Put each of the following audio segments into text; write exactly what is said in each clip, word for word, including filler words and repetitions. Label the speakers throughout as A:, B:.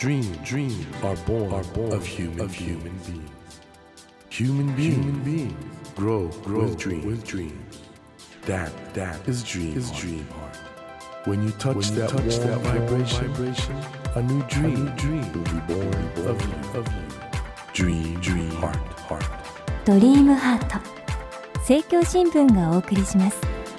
A: Dream, dreams are born, are born of human, of human beings. Human beings, human beings grow, grow with, dream, with dreams. That, that is dream, is dream heart. When you touch, when you that, touch warm that vibration, vibration, a new dream, a new dream will be born, born of you, of you. Dream, dream heart, heart.
B: ドリームハート政教新聞がお送りします。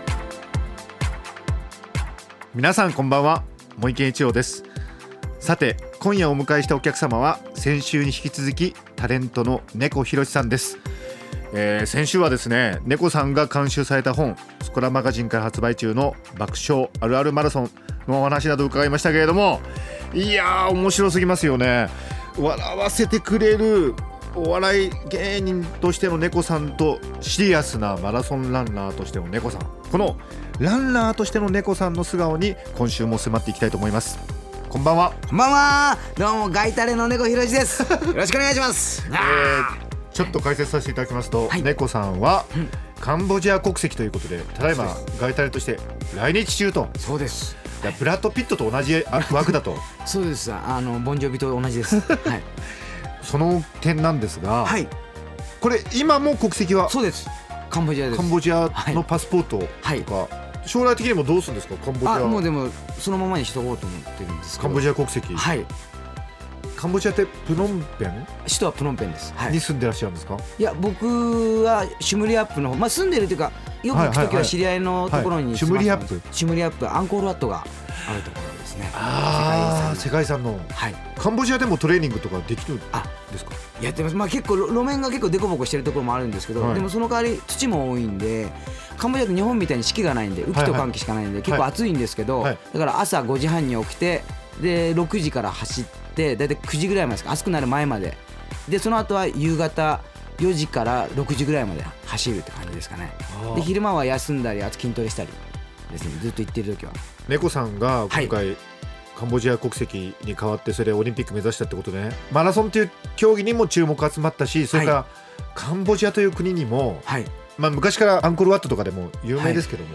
C: 皆さんこんばんは、森健一郎です。さて今夜お迎えしたお客様は先週に引き続きタレントの猫ひろしさんです。えー、先週はですね、猫さんが監修された本スコラマガジンから発売中の爆笑あるあるマラソンのお話など伺いましたけれども、いやー面白すぎますよね。笑わせてくれるお笑い芸人としての猫さんとシリアスなマラソンランナーとしての猫さん、このランナーとしての猫さんの素顔に今週も迫っていきたいと思います。こんばんは。
D: こんばんは。どうもガイタレの猫ひろしです。よろしくお願いします。
C: えーちょっと解説させていただきますと、はい、猫さんはカンボジア国籍ということで、ただいまガイタレとして来日中と。
D: そうです。
C: ブラッド・ピットと同じ枠だと。
D: そうです。あのボンジョビと同じです。はい。
C: その点なんですが、はい、これ今も国籍は？そうです。
D: カンボジアです。
C: カンボジアのパスポートとか、はい、将来的にもどうするんですか？カンボジア。
D: あ、もうでもそのままにしとこうと思ってるんですけど。
C: カンボジア国籍。
D: はい。
C: カンボジアってプノンペン？
D: 首都はプノンペンです、はい、
C: に住んでらっしゃるんですか？い
D: や僕はシュムリアップの方、まあ、住んでるというかよく行くときは知り合いのところに、
C: シュムリアップ
D: シュムリアップアンコールワットがあるところですね。
C: ああ、世界遺産の、はい、カンボジアでもトレーニングとかできるんですか？
D: やってます、まあ、結構路面が結構デコボコしてるところもあるんですけど、はい、でもその代わり土も多いんで、カンボジアって日本みたいに四季がないんで雨季と乾季しかないんで、はいはい、結構暑いんですけど、はい、だから朝ごじはんに起きてでろくじから走ってでだいたいくじぐらいまでですか、暑くなる前までで、その後は夕方よじからろくじぐらいまで走るって感じですかね。で昼間は休んだりあと筋トレしたりですね、ずっと行ってる時は。
C: 猫さんが今回、はい、カンボジア国籍に変わってそれオリンピック目指したってことでね、マラソンという競技にも注目集まったし、それから、はい、カンボジアという国にも、はい、まあ、昔からアンコールワットとかでも有名ですけども、はい、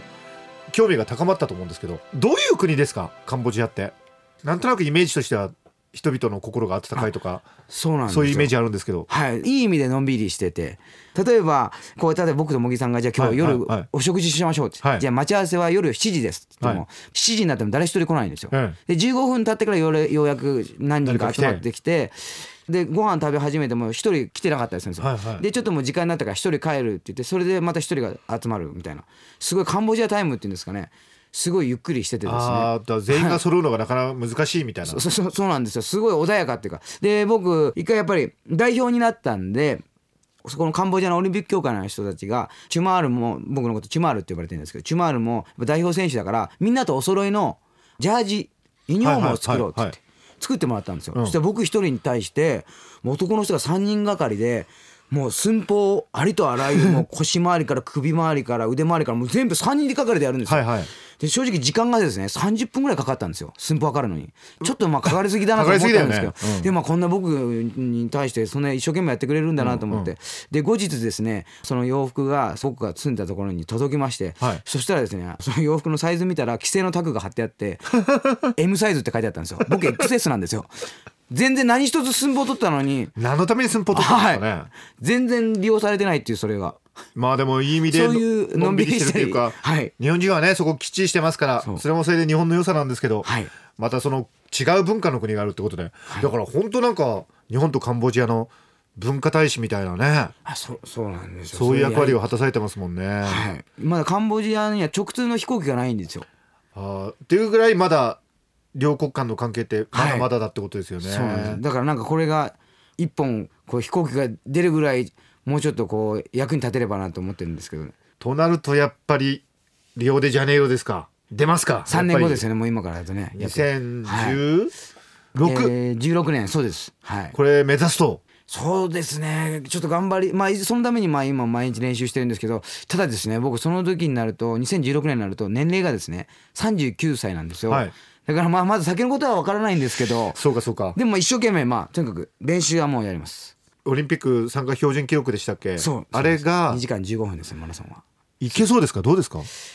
C: 興味が高まったと思うんですけど、どういう国ですかカンボジアって？なんとなくイメージとしては人々の心が温かいとか、
D: そうなんですよ。
C: そういうイメージあるんですけど、
D: はい、いい意味でのんびりしてて、例えばこう例えば僕と茂木さんがじゃあ今日夜お食事しましょうって、はいはい、じゃあ待ち合わせは夜しちじですって言っても、はい、しちじになっても誰一人来ないんですよ、はい、でじゅうごふん経ってからようやく何人か集まってきて、でご飯食べ始めても一人来てなかったりするんですよ、はいはい、でちょっともう時間になったから一人帰るって言って、それでまた一人が集まるみたいな、すごいカンボジアタイムっていうんですかね、すごいゆっくりしててですね。
C: あだ全員が揃うのがなかなか難しいみたいな、
D: はい、そ, そ, そうなんですよ。すごい穏やかっていうか、で僕一回やっぱり代表になったんで、そこのカンボジアのオリンピック協会の人たちがチュマールも僕のことチュマールって呼ばれてるんですけど、チュマールも代表選手だからみんなとお揃いのジャージユニフォームを作ろうって言って作ってもらったんですよ、うん、そしたら僕一人に対して男の人がさんにんがかりでもう寸法ありとあらゆるもう腰回りから首回りから腕回りからもう全部さんにんでかかりでやるんですよ、はいはい、で正直時間がですねさんじゅっぷんぐらいかかったんですよ、寸法測るのに。ちょっとまあかかりすぎだなと思ったんですけど、ね、うん、でまあこんな僕に対してそんな一生懸命やってくれるんだなと思って、うんうん、で後日ですねその洋服が僕が住んだところに届きまして、はい、そしたらですねその洋服のサイズ見たら規制のタグが貼ってあってエム サイズって書いてあったんですよ。僕 エックスエス なんですよ。全然何一つ寸法取ったのに、
C: 何のために寸法取ったんですかね、はい、
D: 全然利用されてないっていう、それが
C: まあでもいい意味で
D: そういうのんびりしてるっていうか、
C: はい、日本人はねそこきっちりしてますから、 そ, それもそれで日本の良さなんですけど、はい、またその違う文化の国があるってことで、はい、だから本当なんか日本とカンボジアの文化大使みたいなね、
D: あ そ, そうなんですよ。
C: そういう役割を果たされてますもんね、はい、
D: まだカンボジアには直通の飛行機がないんですよ。
C: あっていうぐらいまだ両国間の関係ってまだまだだってことですよね、はい、そうなんです。
D: だからなんかこれが一本こう飛行機が出るぐらいもうちょっとこう役に立てればなと思ってるんですけど、ね、
C: となるとやっぱりリオデジャネイロですか？出ますか？
D: さんねんごですよね、もう今からだとね。
C: にせんじゅうろく、はい、
D: えー、じゅうろくねん、そうです、はい、
C: これ目指すと。
D: そうですね、ちょっと頑張り、まあ、そのためにまあ今毎日練習してるんですけど、ただですね僕その時になるとにせんじゅうろくねんになると年齢がですねさんじゅうきゅうさいなんですよ、はい、だからまあまず先のことは分からないんですけど、
C: そうかそうか。
D: でも一生懸命まあとにかく練習はもうやります。
C: オリンピック参加標準記録でしたっけ？
D: そう、
C: あれが
D: にじかんじゅうごふんですよ、マラソンは。
C: いけそうですか？どうですか？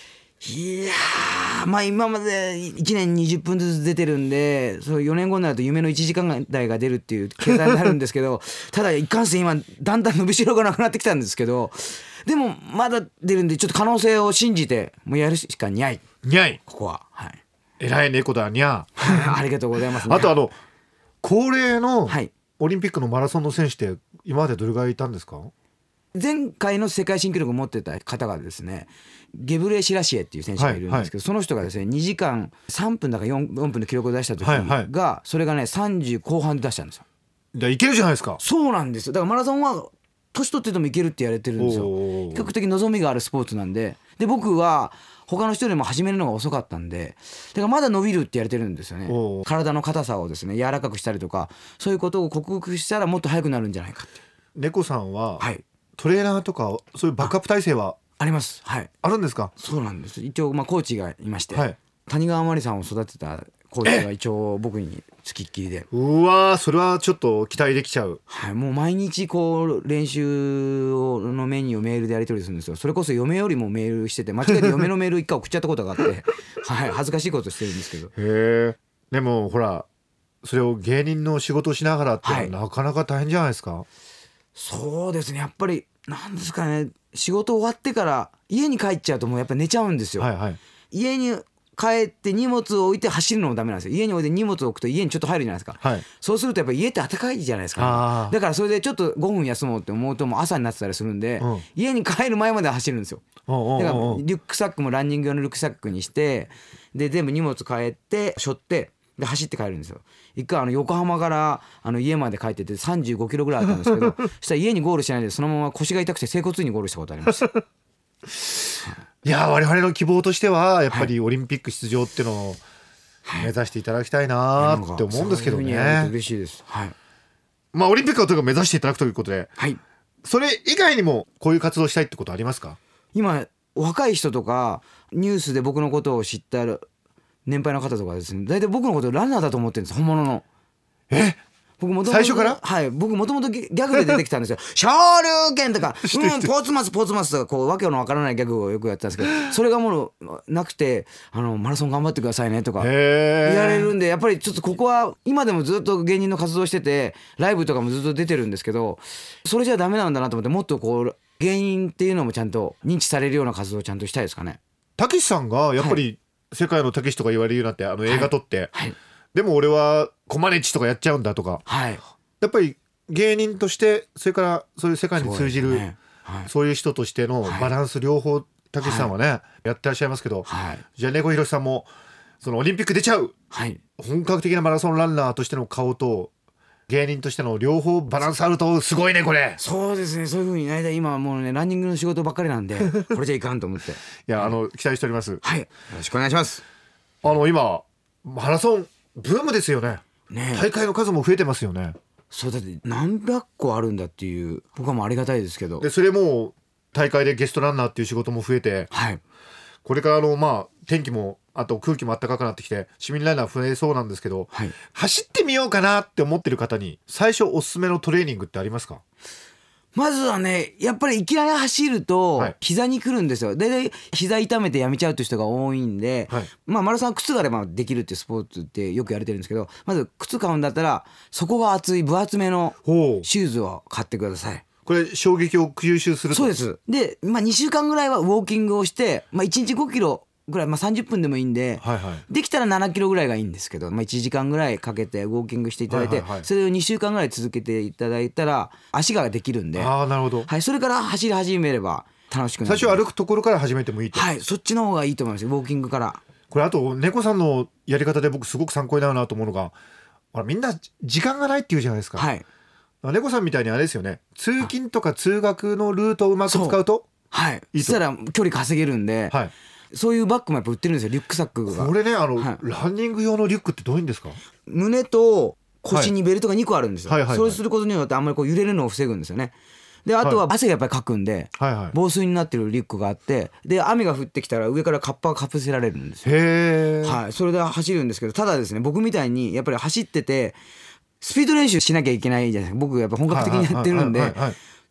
D: いやーまあ今までいちねんにじゅっぷんずつ出てるんで、それよねんごになると夢のいちじかん台が出るっていう計算になるんですけどただいかんせん今だんだん伸びしろがなくなってきたんですけど、でもまだ出るんでちょっと可能性を信じてもうやるしかにゃい
C: にゃい
D: ここは、はい、
C: 偉い猫だにゃ
D: ありがとうございます、ね、
C: あとあの恒例の
D: はい
C: オリンピックのマラソンの選手って今までどれぐらいいたんですか？
D: 前回の世界新記録を持ってた方がですねゲブレシラシエっていう選手がいるんですけど、はいはい、その人がですねにじかんさんぷんだか 4, よんぷんの記録を出した時が、はいはい、それがねさんじゅう後半で出したんですよ。
C: じゃあいけるじゃないですか。
D: そうなんですよ。だからマラソンは年取っててもいけるってやれてるんですよ。比較的望みがあるスポーツなんで、で僕は他の人よりも始めるのが遅かったんで、だからまだ伸びるってやれてるんですよね。体の硬さをですね柔らかくしたりとかそういうことを克服したらもっと速くなるんじゃないかって。
C: 猫さんは、
D: はい、
C: トレーナーとかそういうバックアップ体制は
D: あ, あります、はい、
C: あるんですか？
D: そうなんです。一応まあコーチがいまして、
C: はい、
D: 谷川真理さんを育てたコーチが一応僕につきっきりで、
C: うわーそれはちょっと期待できちゃう、
D: はい、もう毎日こう練習のメニューをメールでやり取りするんですよ。それこそ嫁よりもメールしてて間違えて嫁のメール一回送っちゃったことがあって、はい、恥ずかしいことしてるんですけど。
C: へえ。でもほらそれを芸人の仕事をしながらって、はい、なかなか大変じゃないですか？
D: そうですね、やっぱりなんですかね、仕事終わってから家に帰っちゃうともうやっぱ寝ちゃうんですよ、はいはい、家に帰って荷物を置いて走るのもダメなんですよ。家に置いて荷物を置くと家にちょっと入るじゃないですか、はい、そうするとやっぱり家って暖かいじゃないですか、ね、だからそれでちょっとごふん休もうって思うともう朝になってたりするんで、うん、家に帰る前まで走るんですよ。だからリュックサックもランニング用のリュックサックにしてで全部荷物帰って背負ってで走って帰るんですよ。一回あの横浜からあの家まで帰っててさんじゅうごキロぐらいあったんですけどそしたら家にゴールしないでそのまま腰が痛くて整骨院にゴールしたことあります
C: いや我々の希望としてはやっぱりオリンピック出場っていうのを目指していただきたいなって思うんですけどね、
D: はい、嬉しいです、はい、
C: まあオリンピックをとにかく目指していただくということで、
D: はい、
C: それ以外にもこういう活動したいってことありますか？
D: 今若い人とかニュースで僕のことを知った年配の方とかですね大体僕のことをランナーだと思ってるんです本物の。
C: え
D: 僕もともと
C: 最初から
D: はい僕もともとギャグで出てきたんですよ昇竜拳とかうんポーツマスポーツマスとかこうわけのわからないギャグをよくやってたんですけどそれがもうなくてあのマラソン頑張ってくださいねとか言われるんでやっぱりちょっとここは今でもずっと芸人の活動しててライブとかもずっと出てるんですけどそれじゃダメなんだなと思ってもっとこう芸人っていうのもちゃんと認知されるような活動をちゃんとしたいですかね。
C: たけしさんがやっぱり、はい世界のたけしとか言われるようになってあの映画撮って、はいはい、でも俺はコマネチとかやっちゃうんだとか、はい、やっぱり芸人としてそれからそういう世界に通じるそう、ねはい、そういう人としてのバランス両方たけしさんはね、はい、やってらっしゃいますけど、はい、じゃあ猫ひろしさんもそのオリンピック出ちゃう、はい、本格的なマラソンランナーとしての顔と芸人としての両方バランスあるとすごいねこれ。
D: そうですねそういう風になりたい。今はもうねランニングの仕事ばっかりなんでこれじゃいかんと思ってい
C: やあの期待しております。
D: はいよろしくお願いします。
C: あの今マラソンブームですよ ね, ね大会の数も増えてますよね。
D: そうだって何百個あるんだっていう僕はもうありがたいですけど
C: でそれも大会でゲストランナーっていう仕事も増えて、はい、これからのまあ天気もあと空気も暖かくなってきて市民ランナー増えそうなんですけど、はい、走ってみようかなって思ってる方に最初おすすめのトレーニングってありますか？
D: まずはねやっぱりいきなり走ると膝にくるんですよ。だいたい膝痛めてやめちゃうという人が多いんで、はい、まあマラソンは靴があればできるっていうスポーツってよくやれてるんですけどまず靴買うんだったら底が厚い分厚めのシューズを買ってください。
C: これ衝撃を吸収すると。
D: そうです。で、まあ、にしゅうかんぐらいはウォーキングをして、まあ、いちにちごキロぐらい、まあ、さんじゅっぷんでもいいんで、はいはい、できたらななキロぐらいがいいんですけど、まあ、いちじかんぐらいかけてウォーキングしていただいて、はいはいはい、それをにしゅうかんぐらい続けていただいたら足ができるんで。
C: あーなるほど、
D: はい、それから走り始めれば楽しくなる。
C: 最初歩くところから始めてもいいと。
D: はいそっちの方がいいと思います。ウォーキングから。
C: これあと猫さんのやり方で僕すごく参考になるなと思うのがほらみんな時間がないっていうじゃないですか。はい猫さんみたいにあれですよね通勤とか通学のルートをうまく使うと
D: はいいいと。そしたら距離稼げるんで、はい、そういうバッグもやっぱ売ってるんですよリュックサックが。
C: これねあの、はい、ランニング用のリュックってどういうんですか？
D: 胸と腰にベルトがにこあるんですよ、はいはいはいはい、それすることによってあんまりこう揺れるのを防ぐんですよね。であとは汗がやっぱりかくんで、はいはいはい、防水になってるリュックがあってで雨が降ってきたら上からカッパがかぶせられるんですよ。へー、はい、それで走るんですけどただですね僕みたいにやっぱり走っててスピード練習しなきゃいけないじゃないですか。僕やっぱ本格的にやってるんで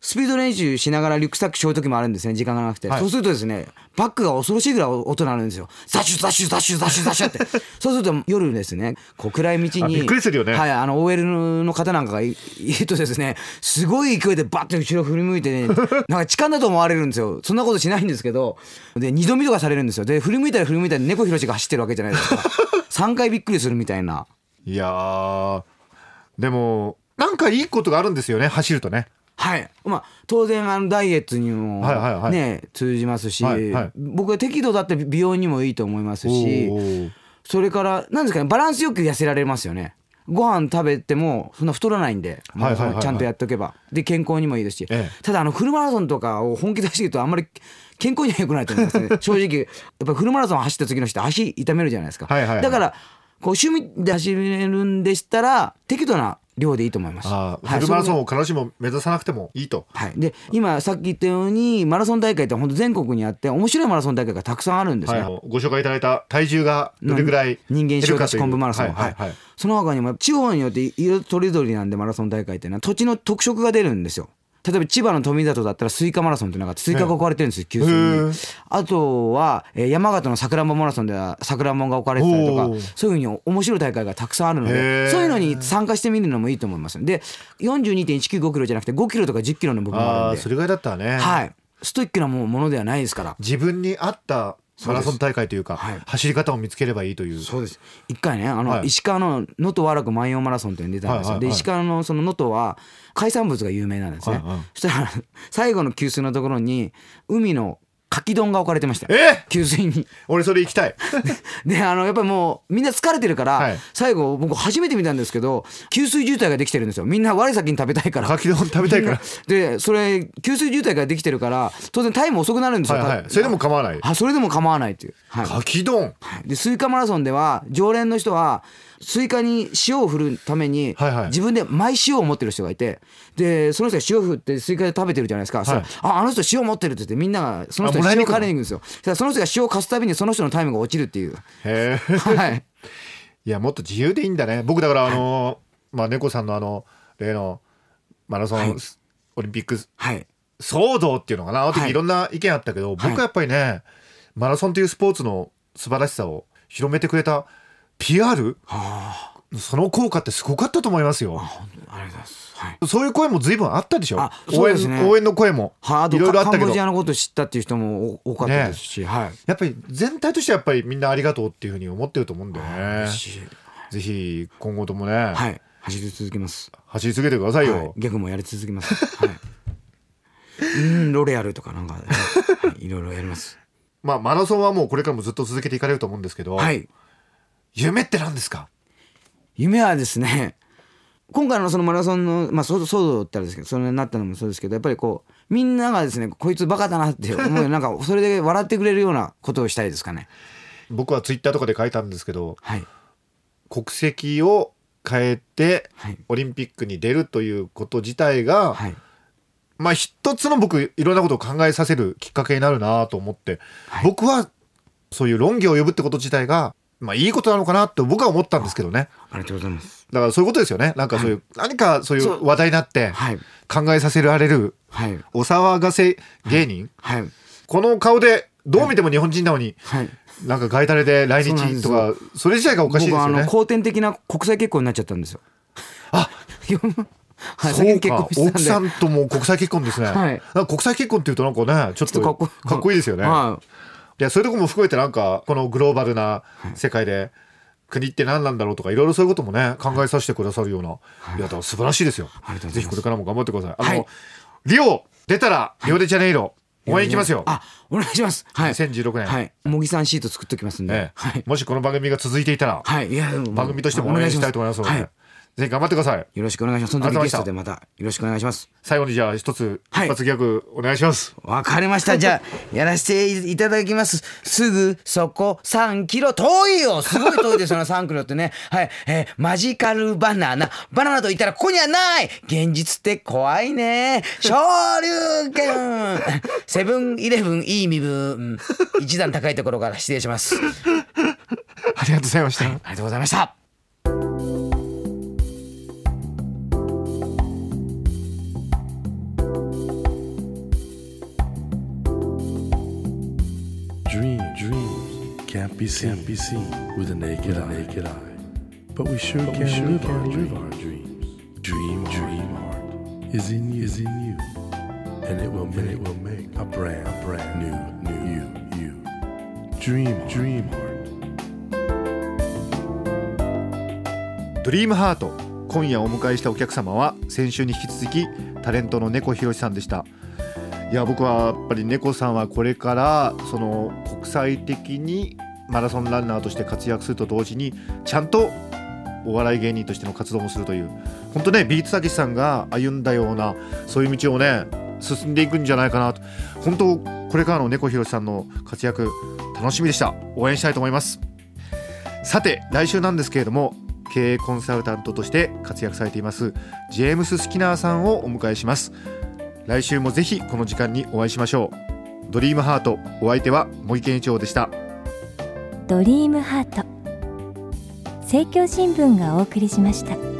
D: スピード練習しながらリュックサック背負う時もあるんですね、時間がなくて、はい、そうするとですねバックが恐ろしいぐらい音鳴るんですよ。ザシュザシュザシュザシュザシュってそうすると夜ですねこう暗い道に
C: びっくりするよね、
D: はい、あの オーエル の方なんかがいるとですねすごい勢いでバッて後ろ振り向いてねなんか痴漢だと思われるんですよ。そんなことしないんですけど、で二度見とかされるんですよ。で振り向いたら振り向いたら猫ひろしが走ってるわけじゃないですかさんかいびっくりするみたいな。
C: いやーでもなんかいいことがあるんですよね、走るとね。
D: はい、まあ、当然あのダイエットにも、ね、はいはいはい、通じますし、はいはい、僕は適度だって美容にもいいと思いますし、それからなんですかね、バランスよく痩せられますよね。ご飯食べてもそんな太らないんで、はいはいはいはい、ちゃんとやっておけばで健康にもいいですし、ええ、ただあのフルマラソンとかを本気出してるとあんまり健康には良くないと思いますね正直やっぱりフルマラソン走った次の人足痛めるじゃないですか、はいはいはい、だからこう趣味で走れるんでしたら適度な量でいいと思います。
C: あ、はい、フルマラソンを必ずしも目指さなくてもいいと、
D: はい、で今さっき言ったようにマラソン大会って本当全国にあって面白いマラソン大会がたくさんあるんですね、はい、
C: ご紹介いただいた体重がどれぐらい
D: 人間塩出し昆布マラソン、はいはいはい、その他にも地方によって色とりどりなんでマラソン大会っていうのは土地の特色が出るんですよ。例えば千葉の富里だったらスイカマラソンっていうのがあってスイカが置かれてるんですよ、給水に。あとは、えー、山形のさくらんぼマラソンではさくらんぼが置かれてたりとか、そういうふうに面白い大会がたくさんあるのでそういうのに参加してみるのもいいと思います。で よんじゅうにてんいちきゅうごキロじゃなくてごキロとかじゅっキロの部分もあるんで、
C: あそれぐらいだったらね、
D: はい、ストイックなものではないですから、
C: 自分に合ったマラソン大会というか、はい、走り方を見つければいいという。
D: そうです。一回ねあの、はい、石川の能登和楽万葉マラソンというのに出たんですよ、はいはいはい、で石川のその能登は海産物が有名なんですね、はいはい、そしたら最後の給水のところに海のかき丼が置かれてました。
C: え
D: 給水に。
C: 俺それ行きたい
D: で, であのやっぱりもうみんな疲れてるから、はい、最後僕初めて見たんですけど給水渋滞ができてるんですよ。みんな我先に食べたいから、
C: かき丼食べたいから
D: でそれ給水渋滞ができてるから当然タイム遅くなるんですよ、
C: はいはい、それでも構わない。
D: あそれでも構わないっていう、
C: はい、かき丼、
D: はい、でスイカマラソンでは常連の人はスイカに塩を振るために自分でマイ塩を持ってる人がいて、でその人が塩振ってスイカで食べてるじゃないですか、はい、あ, あの人塩持ってるって言ってみんながその人に塩を借りに行くんですよ。その人が塩を貸すたびにその人のタイムが落ちるっていう。
C: へー、はい、いやもっと自由でいいんだね。僕だからあの、はい、まあ、猫さんのあの例のマラソン、はい、オリンピック、はい、騒動っていうのかな、あの時いろんな意見あったけど、はい、僕はやっぱりねマラソンというスポーツの素晴らしさを広めてくれたピーアール、はあ、その効果ってすごかったと思いますよ。 あ, ありがとうございます、はい、そういう声も随分あったでしょ。あそうですね、応援、応援の声もいろいろあったけど、
D: カンボジアのことを知ったっていう人も多かったですし、ね、はい、
C: やっぱり全体としてはやっぱりみんなありがとうっていうふうに思ってると思うんでね。ぜひ今後ともね、
D: はい、走り続けます。
C: 走り続けてくださいよ、
D: はい、ギャグもやり続けます、はい、うんロレアルとかなんか、ね、いろいろやります。
C: まあマラソンはもうこれからもずっと続けていかれると思うんですけど、はい、夢って何ですか？
D: 夢はですね、今回のそのマラソンの、まあ、騒動ってあるんですけど、それになったのもそうですけど、やっぱりこうみんながですねこいつバカだなって思うなんかそれで笑ってくれるようなことをしたいですかね。
C: 僕はツイッターとかで書いたんですけど、はい、国籍を変えてオリンピックに出るということ自体が、はい、まあ一つの僕いろんなことを考えさせるきっかけになるなと思って、はい、僕はそういう論議を呼ぶってこと自体がまあいいことなのかなって僕は思ったんですけどね。
D: ありがとうございます。
C: だからそういうことですよね。なんかそういう、はい、何かそういう話題になって考えさせられる、はい、お騒がせ芸人、はいはい、この顔でどう見ても日本人なのに、はい、なんか外タレで来日とか そ, それ自体がおかしいですよね。
D: 僕はあの後天的な国際結婚になっちゃったんですよ。あはい、
C: そうか、奥さんとも国際結婚ですね、はい、なんか国際結婚っていうとなんかねちょっとかっ こ, かっこいいですよね、はい、いやそういうとこも含めてなんかこのグローバルな世界で国って何なんだろうとかいろいろそういうこともね考えさせてくださるような、はい、いやだから素晴らしいですよ。ぜひこれからも頑張ってください。あの、はい、リオ出たらリオデジャネイロ、はい、応援行きますよ。
D: あお願いします、はい、
C: にせんじゅうろくねん、はい、
D: 茂木さんシート作っておきますんで、ええはい、
C: もしこの番組が続いていたら、はい、いや番組としても応援したいと思いますので、はい、ぜひ頑張ってください。
D: よろしくお願いします。その時ゲストでまたよろしくお願いします。
C: 最後にじゃあ一つ一発ギャグお願いします。
D: わ、はい、かりました。じゃあやらせていただきます。すぐそこさんキロ遠いよ。すごい遠いですよねさんキロってね。はい、えー、マジカルバナナバナナと言ったらここにはない。現実って怖いね。昇竜拳セブンイレブンいい身分一段高いところから失礼します。
C: ありがとうございました、はい、
D: ありがとうございました。
A: be seen, can't be seen with a naked, with a naked eye. eye. But we sure but can, we sure live, can our live our dreams. Dream, dream heart is in you, is in you, and it will, and it will make a brand, a brand new, new you, you. Dream, dream heart.
C: ドリームハート。今夜お迎えしたお客様は先週に引き続きタレントの猫ひろしさんでした。いや僕はやっぱり猫さんはこれからその国際的にマラソンランナーとして活躍すると同時にちゃんとお笑い芸人としての活動もするという本当ねビートたけしさんが歩んだようなそういう道をね進んでいくんじゃないかなと。本当これからの猫ひろしさんの活躍楽しみでした。応援したいと思います。さて来週なんですけれども経営コンサルタントとして活躍されていますジェームス・スキナーさんをお迎えします。来週もぜひこの時間にお会いしましょう。ドリームハート、お相手は森健一郎でした。
B: ドリームハート、政教新聞がお送りしました。